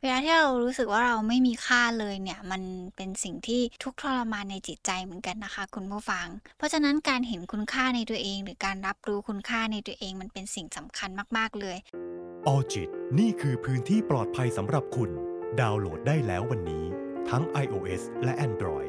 ลาที่เรารู้สึกว่าเราไม่มีค่าเลยเนี่ยมันเป็นสิ่งที่ทุกข์ทรมานในจิตใจเหมือนกันนะคะคุณผู้ฟังเพราะฉะนั้นการเห็นคุณค่าในตัวเองหรือการรับรู้คุณค่าในตัวเองมันเป็นสิ่งสำคัญมากๆเลยออจิตนี่คือพื้นที่ปลอดภัยสำหรับคุณดาวน์โหลดได้แล้ววันนี้ทั้ง iOS และ Android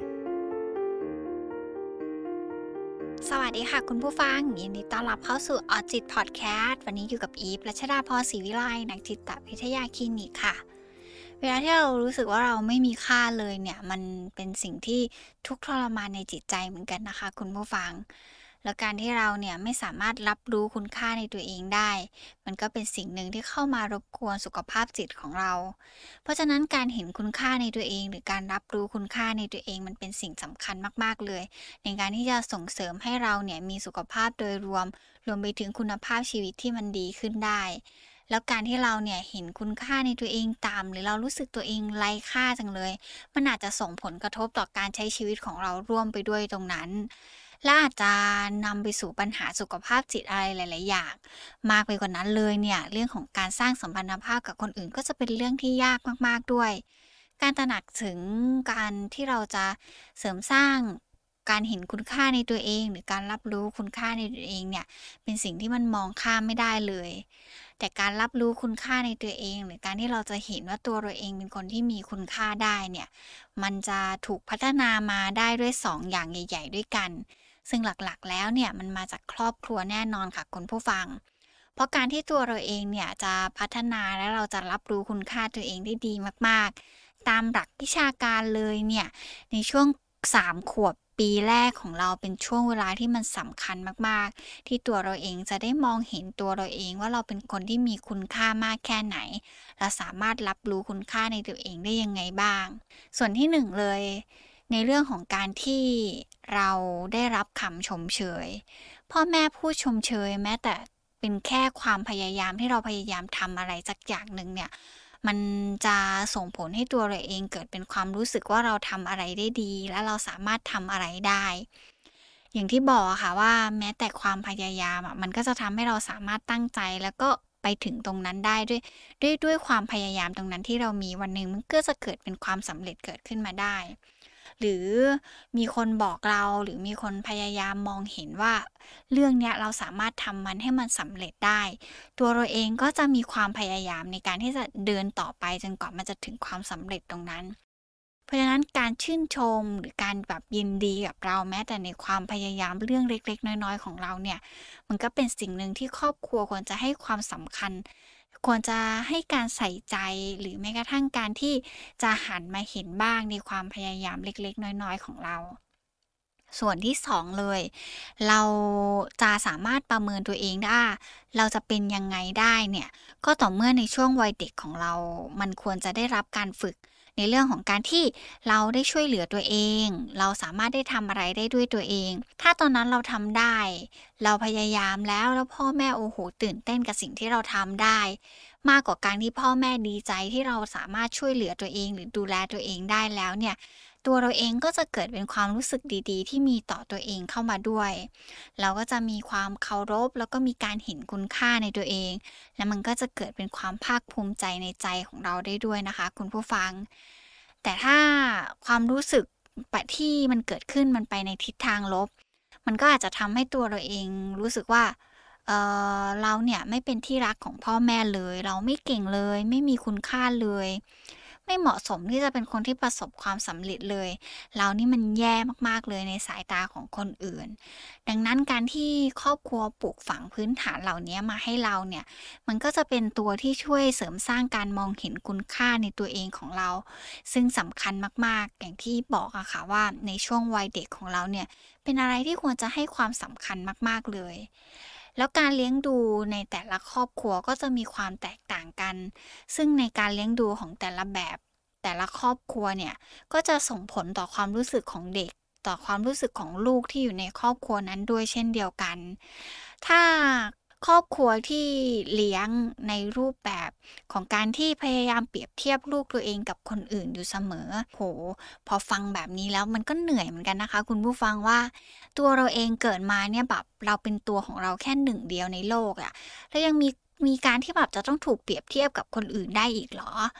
สวัสดีค่ะคุณผู้ฟังยินดีต้อนรับเข้าสู่ออจิตพอดแคสต์วันนี้อยู่กับอีฟรัชดาพรศรีวิไลนักจิตวิทยาคลินิกค่ะเวลาที่เรารู้สึกว่าเราไม่มีค่าเลยเนี่ยมันเป็นสิ่งที่ทุกข์ทรมานในจิตใจเหมือนกันนะคะคุณผู้ฟังแล้วการที่เราเนี่ยไม่สามารถรับรู้คุณค่าในตัวเองได้มันก็เป็นสิ่งหนึ่งที่เข้ามารบกวนสุขภาพจิตของเราเพราะฉะนั้นการเห็นคุณค่าในตัวเองหรือการรับรู้คุณค่าในตัวเองมันเป็นสิ่งสำคัญมากๆเลยในการที่จะส่งเสริมให้เราเนี่ยมีสุขภาพโดยรวมไปถึงคุณภาพชีวิตที่มันดีขึ้นได้แล้วการที่เราเนี่ยเห็นคุณค่าในตัวเองต่ำหรือเรารู้สึกตัวเองไร้ค่าจังเลยมันอาจจะส่งผลกระทบต่อการใช้ชีวิตของเราร่วมไปด้วยตรงนั้นและอาจจะนำไปสู่ปัญหาสุขภาพจิตอะไรหลายๆอย่างมากไปกว่านั้นเลยเนี่ยเรื่องของการสร้างสัมพันธภาพกับคนอื่นก็จะเป็นเรื่องที่ยากมากๆด้วยการตระหนักถึงการที่เราจะเสริมสร้างการเห็นคุณค่าในตัวเองหรือการรับรู้คุณค่าในตัวเองเนี่ยเป็นสิ่งที่มันมองข้ามไม่ได้เลย แต่การรับรู้คุณค่าในตัวเองหรือการที่เราจะเห็นว่าตัวเราเองเป็นคนที่มีคุณค่าได้เนี่ยมันจะถูกพัฒนามาได้ด้วย2องอย่างใหญ่ๆด้วยกันซึ่งหลักๆแล้วเนี่ยมันมาจากครอบครัวแน่นอนค่ะคุณผู้ฟังเพราะการที่ตัวเราเองเนี่ยจะพัฒนาและเราจะรับรู้คุณค่าตัวเองได้ดีมากๆตามหลักวิชาการเลยเนี่ยในช่วง3 ขวบปีแรกของเราเป็นช่วงเวลาที่มันสำคัญมากๆ ที่ตัวเราเองจะได้มองเห็นตัวเราเองว่าเราเป็นคนที่มีคุณค่ามากแค่ไหนเราสามารถรับรู้คุณค่าในตัวเองได้ยังไงบ้างส่วนที่1เลยในเรื่องของการที่เราได้รับคำชมเชยพ่อแม่พูดชมเชยแม้แต่เป็นแค่ความพยายามที่เราพยายามทำอะไรสักอย่างหนึ่งเนี่ยมันจะส่งผลให้ตัวเราเองเกิดเป็นความรู้สึกว่าเราทำอะไรได้ดีและเราสามารถทำอะไรได้ อย่างที่บอกอะค่ะว่าแม้แต่ความพยายามอะมันก็จะทำให้เราสามารถตั้งใจแล้วก็ไปถึงตรงนั้นได้ด้วยความพยายามตรงนั้นที่เรามีวันหนึ่งมันก็จะเกิดเป็นความสำเร็จเกิดขึ้นมาได้หรือมีคนบอกเราหรือมีคนพยายามมองเห็นว่าเรื่องเนี้ยเราสามารถทำมันให้มันสำเร็จได้ตัวเราเองก็จะมีความพยายามในการที่จะเดินต่อไปจนกว่ามันจะถึงความสำเร็จตรงนั้น เพราะฉะนั้นการชื่นชมหรือการแบบยินดีกับเราแม้แต่ในความพยายามเรื่องเล็กๆน้อยๆของเราเนี่ยมันก็เป็นสิ่งหนึ่งที่ครอบครัวควรจะให้ความสำคัญควรจะให้การใส่ใจหรือแม้กระทั่งการที่จะหันมาเห็นบ้างในความพยายามเล็กๆน้อยๆของเราส่วนที่2เลยเราจะสามารถประเมินตัวเองได้เราจะเป็นยังไงได้เนี่ยก็ต่อเมื่อในช่วงวัยเด็กของเรามันควรจะได้รับการฝึก ในเรื่องของการที่เราได้ช่วยเหลือตัวเอง เราสามารถได้ทำอะไรได้ด้วยตัวเอง ถ้าตอนนั้นเราทำได้ เราพยายามแล้วพ่อแม่โอ้โฮตื่นเต้นกับสิ่งที่เราทำได้ มากกว่าการที่พ่อแม่ดีใจที่เราสามารถช่วยเหลือตัวเองหรือดูแลตัวเองได้แล้วเนี่ยตัวเราเองก็จะเกิดเป็นความรู้สึกดีๆที่มีต่อตัวเองเข้ามาด้วยเราก็จะมีความเคารพแล้วก็มีการเห็นคุณค่าในตัวเองแล้วมันก็จะเกิดเป็นความภาคภูมิใจในใจของเราได้ด้วยนะคะคุณผู้ฟัง แต่ถ้าความรู้สึกที่มันเกิดขึ้นมันไปในทิศทางลบมันก็อาจจะทำให้ตัวเราเองรู้สึกว่าเราเนี่ยไม่เป็นที่รักของพ่อแม่เลยเราไม่เก่งเลยไม่มีคุณค่าเลยไม่เหมาะสมที่จะเป็นคนที่ประสบความสำเร็จเลยเรานี่มันแย่มากๆเลยในสายตาของคนอื่นดังนั้นการที่ครอบครัวปลูกฝังพื้นฐานเหล่านี้มาให้เราเนี่ยมันก็จะเป็นตัวที่ช่วยเสริมสร้างการมองเห็นคุณค่าในตัวเองของเรา ซึ่งสำคัญมากๆ อย่างที่บอกอะค่ะว่าในช่วงวัยเด็กของเราเนี่ยเป็นอะไรที่ควรจะให้ความสำคัญมากๆเลยแล้วการเลี้ยงดูในแต่ละครอบครัวก็จะมีความแตกต่างกันซึ่งในการเลี้ยงดูของแต่ละแบบแต่ละครอบครัวเนี่ยก็จะส่งผลต่อความรู้สึกของเด็กต่อความรู้สึกของลูกที่อยู่ในครอบครัวนั้นด้วยเช่นเดียวกันถ้าครอบครัวที่เลี้ยงในรูปแบบ ของการที่พยายามเปรียบเทียบลูกตัวเองกับคนอื่นอยู่เสมอโหพอฟังแบบนี้แล้วมันก็เหนื่อยเหมือนกันนะคะคุณผู้ฟังว่าตัวเราเองเกิดมาเนี่ยแบบเราเป็นตัวของเราแค่หนึ่งเดียวในโลกอะแล้วยังมีการที่แบบจะต้องถูกเปรียบเทียบกับคนอื่นได้อีกเหรอ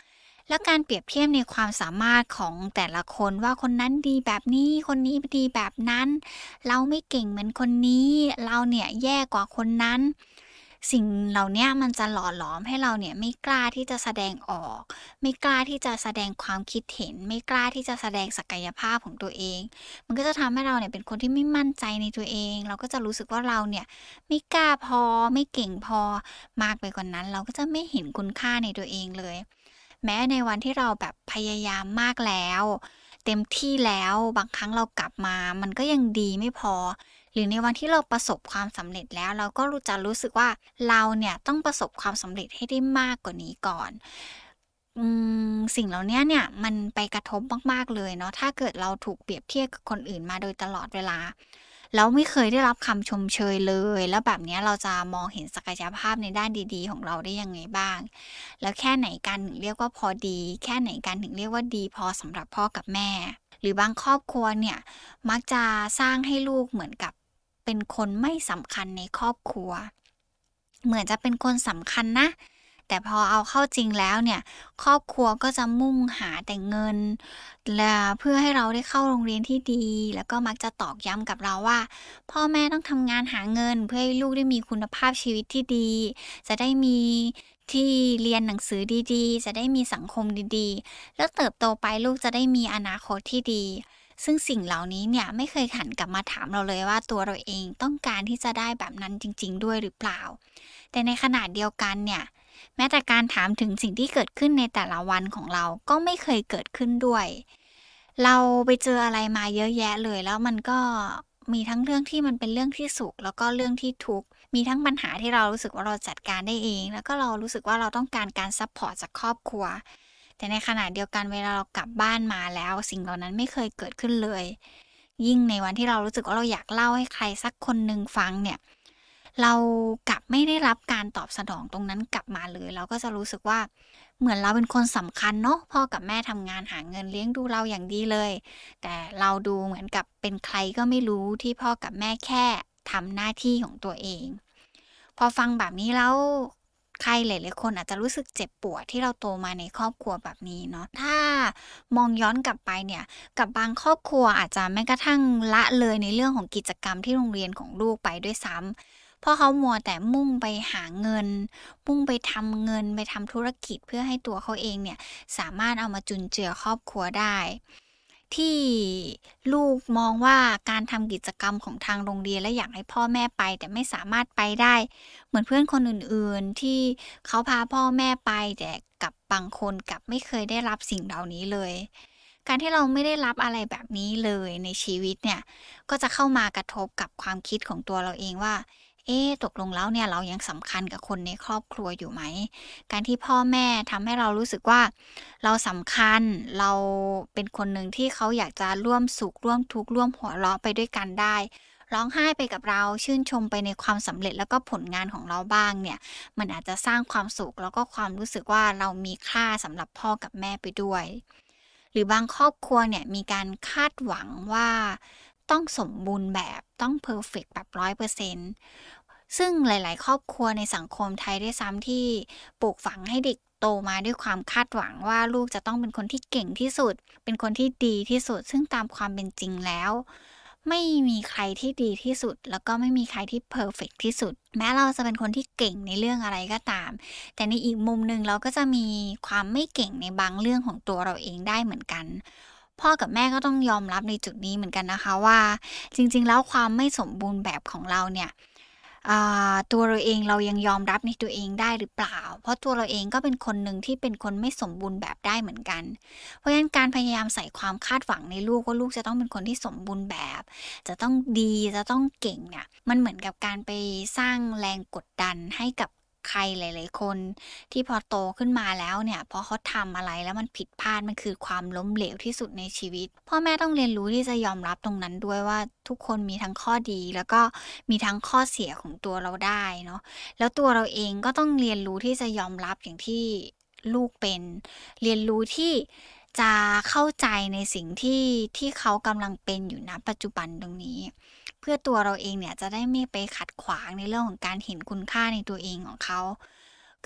แล้วการเปรียบเทียบในความสามารถของแต่ละคนว่าคนนั้นดีแบบนี้คนนี้ดีแบบนั้นเราไม่เก่งเหมือนคนนี้เราเนี่ยแย่กว่าคนนั้นสิ่งเหล่านี้มันจะหล่อหลอมให้เราเนี่ยไม่กล้าที่จะแสดงออกไม่กล้าที่จะแสดงความคิดเห็นไม่กล้าที่จะแสดงศักยภาพของตัวเองมันก็จะทำให้เราเนี่ยเป็นคนที่ไม่มั่นใจในตัวเองเราก็จะรู้สึกว่าเราเนี่ยไม่กล้าพอไม่เก่งพอมากไปกว่านั้นเราก็จะไม่เห็นคุณค่าในตัวเองเลยแม้ในวันที่เราแบบพยายามมากแล้วเต็มที่แล้วบางครั้งเรากลับมามันก็ยังดีไม่พอหรือในวันที่เราประสบความสำเร็จแล้วเราก็จะรู้สึกว่าเราเนี่ยต้องประสบความสำเร็จให้ได้มากกว่านี้ก่อนสิ่งเหล่านี้เนี่ยมันไปกระทบมากๆเลยเนาะถ้าเกิดเราถูกเปรียบเทียบกับคนอื่นมาโดยตลอดเวลาแล้วไม่เคยได้รับคำชมเชยเลยแล้วแบบนี้เราจะมองเห็นศักยภาพในด้านดีๆของเราได้ยังไงบ้างแล้วแค่ไหนกันถึงเรียกว่าพอดีแค่ไหนกันถึงเรียกว่าดีพอสำหรับพ่อกับแม่หรือบางครอบครัวเนี่ยมักจะสร้างให้ลูกเหมือนกับเป็นคนไม่สำคัญในครอบครัวเหมือนจะเป็นคนสำคัญนะแต่พอเอาเข้าจริงแล้วเนี่ยครอบครัวก็จะมุ่งหาแต่เงินและเพื่อให้เราได้เข้าโรงเรียนที่ดีแล้วก็มักจะตอกย้ำกับเราว่าพ่อแม่ต้องทำงานหาเงินเพื่อให้ลูกได้มีคุณภาพชีวิตที่ดีจะได้มีที่เรียนหนังสือดีๆจะได้มีสังคมดีๆแล้วเติบโตไปลูกจะได้มีอนาคตที่ดีซึ่งสิ่งเหล่านี้เนี่ยไม่เคยหันกลับมาถามเราเลยว่าตัวเราเองต้องการที่จะได้แบบนั้นจริงๆด้วยหรือเปล่าแต่ในขณะเดียวกันเนี่ยแม้แต่การถามถึงสิ่งที่เกิดขึ้นในแต่ละวันของเราก็ไม่เคยเกิดขึ้นด้วยเราไปเจออะไรมาเยอะแยะเลยแล้วมันก็มีทั้งเรื่องที่มันเป็นเรื่องที่สุขแล้วก็เรื่องที่ทุกข์มีทั้งปัญหาที่เรารู้สึกว่าเราจัดการได้เองแล้วก็เรารู้สึกว่าเราต้องการการซัปพอร์ตจากครอบครัวแต่ในขณะเดียวกันเวลาเรากลับบ้านมาแล้วสิ่งเหล่านั้นไม่เคยเกิดขึ้นเลยยิ่งในวันที่เรารู้สึกว่าเราอยากเล่าให้ใครสักคนหนึ่งฟังเนี่ยเรากลับไม่ได้รับการตอบสนองตรงนั้นกลับมาเลยเราก็จะรู้สึกว่าเหมือนเราเป็นคนสำคัญเนาะพ่อกับแม่ทำงานหาเงินเลี้ยงดูเราอย่างดีเลยแต่เราดูเหมือนกับเป็นใครก็ไม่รู้ที่พ่อกับแม่แค่ทำหน้าที่ของตัวเองพอฟังแบบนี้แล้วใครหลายๆคนอาจจะรู้สึกเจ็บปวดที่เราโตมาในครอบครัวแบบนี้เนาะถ้ามองย้อนกลับไปเนี่ยกับบางครอบครัวอาจจะแม้กระทั่งละเลยในเรื่องของกิจกรรมที่โรงเรียนของลูกไปด้วยซ้ำเพราะเขามัวแต่มุ่งไปหาเงินมุ่งไปทำเงินไปทำธุรกิจเพื่อให้ตัวเขาเองเนี่ยสามารถเอามาจุนเจือครอบครัวได้ที่ลูกมองว่าการทำกิจกรรมของทางโรงเรียนและอยากให้พ่อแม่ไปแต่ไม่สามารถไปได้เหมือนเพื่อนคนอื่นๆที่เขาพาพ่อแม่ไปแต่กับบางคนกลับไม่เคยได้รับสิ่งเหล่านี้เลยการที่เราไม่ได้รับอะไรแบบนี้เลยในชีวิตเนี่ยก็จะเข้ามากระทบกับความคิดของตัวเราเองว่าตกลงแล้วเนี่ยเรายังสำคัญกับคนในครอบครัวอยู่ไหมการที่พ่อแม่ทำให้เรารู้สึกว่าเราสำคัญเราเป็นคนหนึ่งที่เขาอยากจะร่วมสุขร่วมทุกข์ร่วมหัวเราะไปด้วยกันได้ร้องไห้ไปกับเราชื่นชมไปในความสำเร็จแล้วก็ผลงานของเราบ้างเนี่ยมันอาจจะสร้างความสุขแล้วก็ความรู้สึกว่าเรามีค่าสำหรับพ่อกับแม่ไปด้วยหรือบางครอบครัวเนี่ยมีการคาดหวังว่าต้องสมบูรณ์แบบต้องเพอร์เฟกต์แบบ100%ซึ่งหลายๆครอบครัวในสังคมไทยด้วยซ้ำที่ปลูกฝังให้เด็กโตมาด้วยความคาดหวังว่าลูกจะต้องเป็นคนที่เก่งที่สุดเป็นคนที่ดีที่สุดซึ่งตามความเป็นจริงแล้วไม่มีใครที่ดีที่สุดแล้วก็ไม่มีใครที่เพอร์เฟกต์ที่สุดแม้เราจะเป็นคนที่เก่งในเรื่องอะไรก็ตามแต่ในอีกมุมหนึ่งเราก็จะมีความไม่เก่งในบางเรื่องของตัวเราเองได้เหมือนกันพ่อกับแม่ก็ต้องยอมรับในจุดนี้เหมือนกันนะคะว่าจริงๆแล้วความไม่สมบูรณ์แบบของเราเนี่ยตัวเราเองเรายังยอมรับในตัวเองได้หรือเปล่าเพราะตัวเราเองก็เป็นคนหนึ่งที่เป็นคนไม่สมบูรณ์แบบได้เหมือนกันเพราะฉะนั้นการพยายามใส่ความคาดหวังในลูกว่าลูกจะต้องเป็นคนที่สมบูรณ์แบบจะต้องดีจะต้องเก่งเนี่ยมันเหมือนกับการไปสร้างแรงกดดันให้กับใครหลายๆคนที่พอโตขึ้นมาแล้วเนี่ยพอเขาทำอะไรแล้วมันผิดพลาดมันคือความล้มเหลวที่สุดในชีวิตพ่อแม่ต้องเรียนรู้ที่จะยอมรับตรงนั้นด้วยว่าทุกคนมีทั้งข้อดีแล้วก็มีทั้งข้อเสียของตัวเราได้เนาะแล้วตัวเราเองก็ต้องเรียนรู้ที่จะยอมรับอย่างที่ลูกเป็นเรียนรู้ที่จะเข้าใจในสิ่งที่เขากำลังเป็นอยู่ณปัจจุบันตรงนี้เพื่อตัวเราเองเนี่ยจะได้ไม่ไปขัดขวางในเรื่องของการเห็นคุณค่าในตัวเองของเขา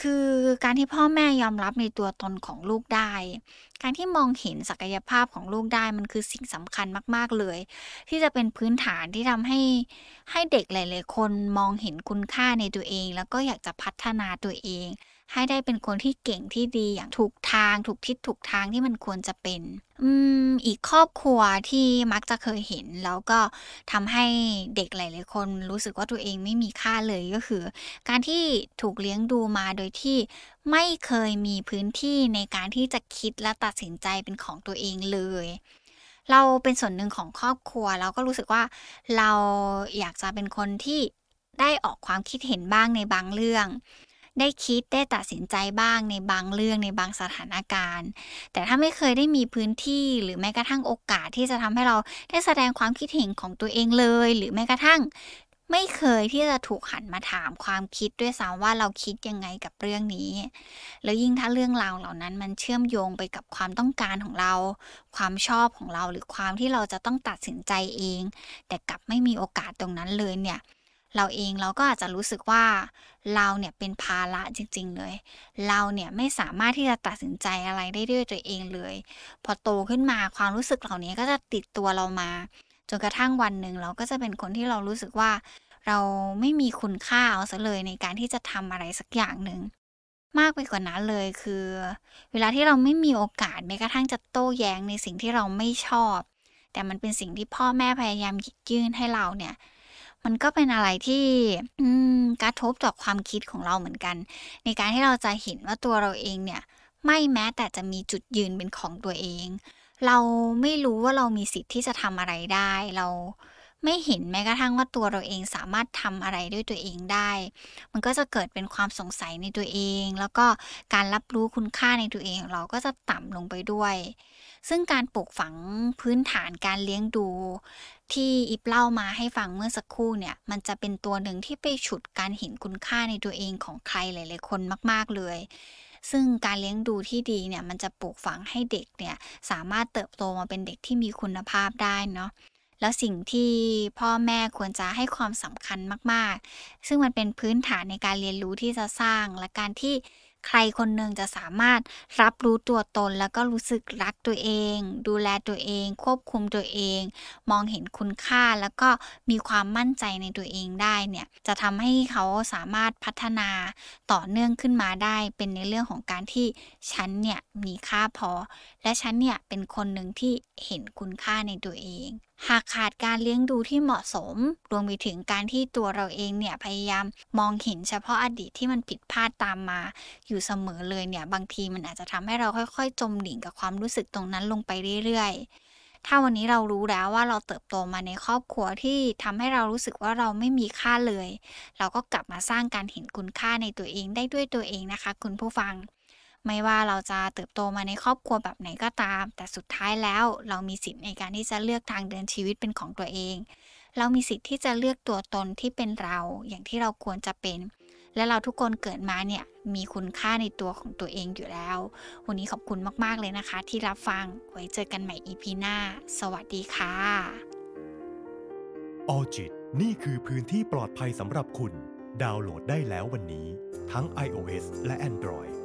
คือการที่พ่อแม่ยอมรับในตัวตนของลูกได้การที่มองเห็นศักยภาพของลูกได้มันคือสิ่งสำคัญมากๆเลยที่จะเป็นพื้นฐานที่ทำให้เด็กหลายๆคนมองเห็นคุณค่าในตัวเองแล้วก็อยากจะพัฒนาตัวเองให้ได้เป็นคนที่เก่งที่ดีอย่างถูกทางถูกทิศถูกทางที่มันควรจะเป็นอีกครอบครัวที่มักจะเคยเห็นแล้วก็ทำให้เด็กหลายๆคนรู้สึกว่าตัวเองไม่มีค่าเลยก็คือการที่ถูกเลี้ยงดูมาโดยที่ไม่เคยมีพื้นที่ในการที่จะคิดและตัดสินใจเป็นของตัวเองเลยเราเป็นส่วนหนึ่งของครอบครัวเราก็รู้สึกว่าเราอยากจะเป็นคนที่ได้ออกความคิดเห็นบ้างในบางเรื่องได้คิดได้ตัดสินใจบ้างในบางเรื่องในบางสถานการณ์แต่ถ้าไม่เคยได้มีพื้นที่หรือแม้กระทั่งโอกาสที่จะทำให้เราได้แสดงความคิดเห็นของตัวเองเลยหรือแม้กระทั่งไม่เคยที่จะถูกหันมาถามความคิดด้วยซ้ำว่าเราคิดยังไงกับเรื่องนี้แล้วยิ่งถ้าเรื่องราวเหล่านั้นมันเชื่อมโยงไปกับความต้องการของเราความชอบของเราหรือความที่เราจะต้องตัดสินใจเองแต่กลับไม่มีโอกาสตรงนั้นเลยเนี่ยเราก็อาจจะรู้สึกว่าเราเนี่ยเป็นภาระจริงๆเลยเราเนี่ยไม่สามารถที่จะตัดสินใจอะไรได้ด้วยตัวเองเลยพอโตขึ้นมาความรู้สึกเหล่านี้ก็จะติดตัวเรามาจนกระทั่งวันหนึ่งเราก็จะเป็นคนที่เรารู้สึกว่าเราไม่มีคุณค่าเอาเสียเลยในการที่จะทำอะไรสักอย่างหนึ่งมากไปกว่านั้นเลยคือเวลาที่เราไม่มีโอกาสแม้กระทั่งจะโต้แย้งในสิ่งที่เราไม่ชอบแต่มันเป็นสิ่งที่พ่อแม่พยายามหยิบยื่นให้เราเนี่ยมันก็เป็นอะไรที่กระทบต่อความคิดของเราเหมือนกันในการที่เราจะเห็นว่าตัวเราเองเนี่ยไม่แม้แต่จะมีจุดยืนเป็นของตัวเองเราไม่รู้ว่าเรามีสิทธิ์ที่จะทำอะไรได้เราไม่เห็นแม้กระทั่งว่าตัวเราเองสามารถทำอะไรด้วยตัวเองได้มันก็จะเกิดเป็นความสงสัยในตัวเองแล้วก็การรับรู้คุณค่าในตัวเองของเราก็จะต่ำลงไปด้วยซึ่งการปลูกฝังพื้นฐานการเลี้ยงดูที่อิฟเล่ามาให้ฟังเมื่อสักครู่เนี่ยมันจะเป็นตัวหนึ่งที่ไปฉุดการเห็นคุณค่าในตัวเองของใครหลายๆคนมากๆเลยซึ่งการเลี้ยงดูที่ดีเนี่ยมันจะปลูกฝังให้เด็กเนี่ยสามารถเติบโตมาเป็นเด็กที่มีคุณภาพได้เนาะแล้วสิ่งที่พ่อแม่ควรจะให้ความสำคัญมากๆซึ่งมันเป็นพื้นฐานในการเรียนรู้ที่จะสร้างและการที่ใครคนหนึ่งจะสามารถรับรู้ตัวตนแล้วก็รู้สึกรักตัวเองดูแลตัวเองควบคุมตัวเองมองเห็นคุณค่าแล้วก็มีความมั่นใจในตัวเองได้เนี่ยจะทำให้เขาสามารถพัฒนาต่อเนื่องขึ้นมาได้เป็นในเรื่องของการที่ฉันเนี่ยมีค่าพอและฉันเนี่ยเป็นคนหนึ่งที่เห็นคุณค่าในตัวเองหากขาดการเลี้ยงดูที่เหมาะสมรวมไปถึงการที่ตัวเราเองเนี่ยพยายามมองเห็นเฉพาะอดีตที่มันผิดพลาดตามมาอยู่เสมอเลยเนี่ยบางทีมันอาจจะทำให้เราค่อยๆจมดิ่งกับความรู้สึกตรงนั้นลงไปเรื่อยๆถ้าวันนี้เรารู้แล้วว่าเราเติบโตมาในครอบครัวที่ทำให้เรารู้สึกว่าเราไม่มีค่าเลยเราก็กลับมาสร้างการเห็นคุณค่าในตัวเองได้ด้วยตัวเองนะคะคุณผู้ฟังไม่ว่าเราจะเติบโตมาในครอบครัวแบบไหนก็ตามแต่สุดท้ายแล้วเรามีสิทธิ์ในการที่จะเลือกทางเดินชีวิตเป็นของตัวเองเรามีสิทธิ์ที่จะเลือกตัวตนที่เป็นเราอย่างที่เราควรจะเป็นและเราทุกคนเกิดมาเนี่ยมีคุณค่าในตัวของตัวเองอยู่แล้ววันนี้ขอบคุณมากๆเลยนะคะที่รับฟังไว้เจอกันใหม่ EP หน้าสวัสดีค่ะออจิตนี่คือพื้นที่ปลอดภัยสำหรับคุณดาวน์โหลดได้แล้ววันนี้ทั้ง iOS และ Android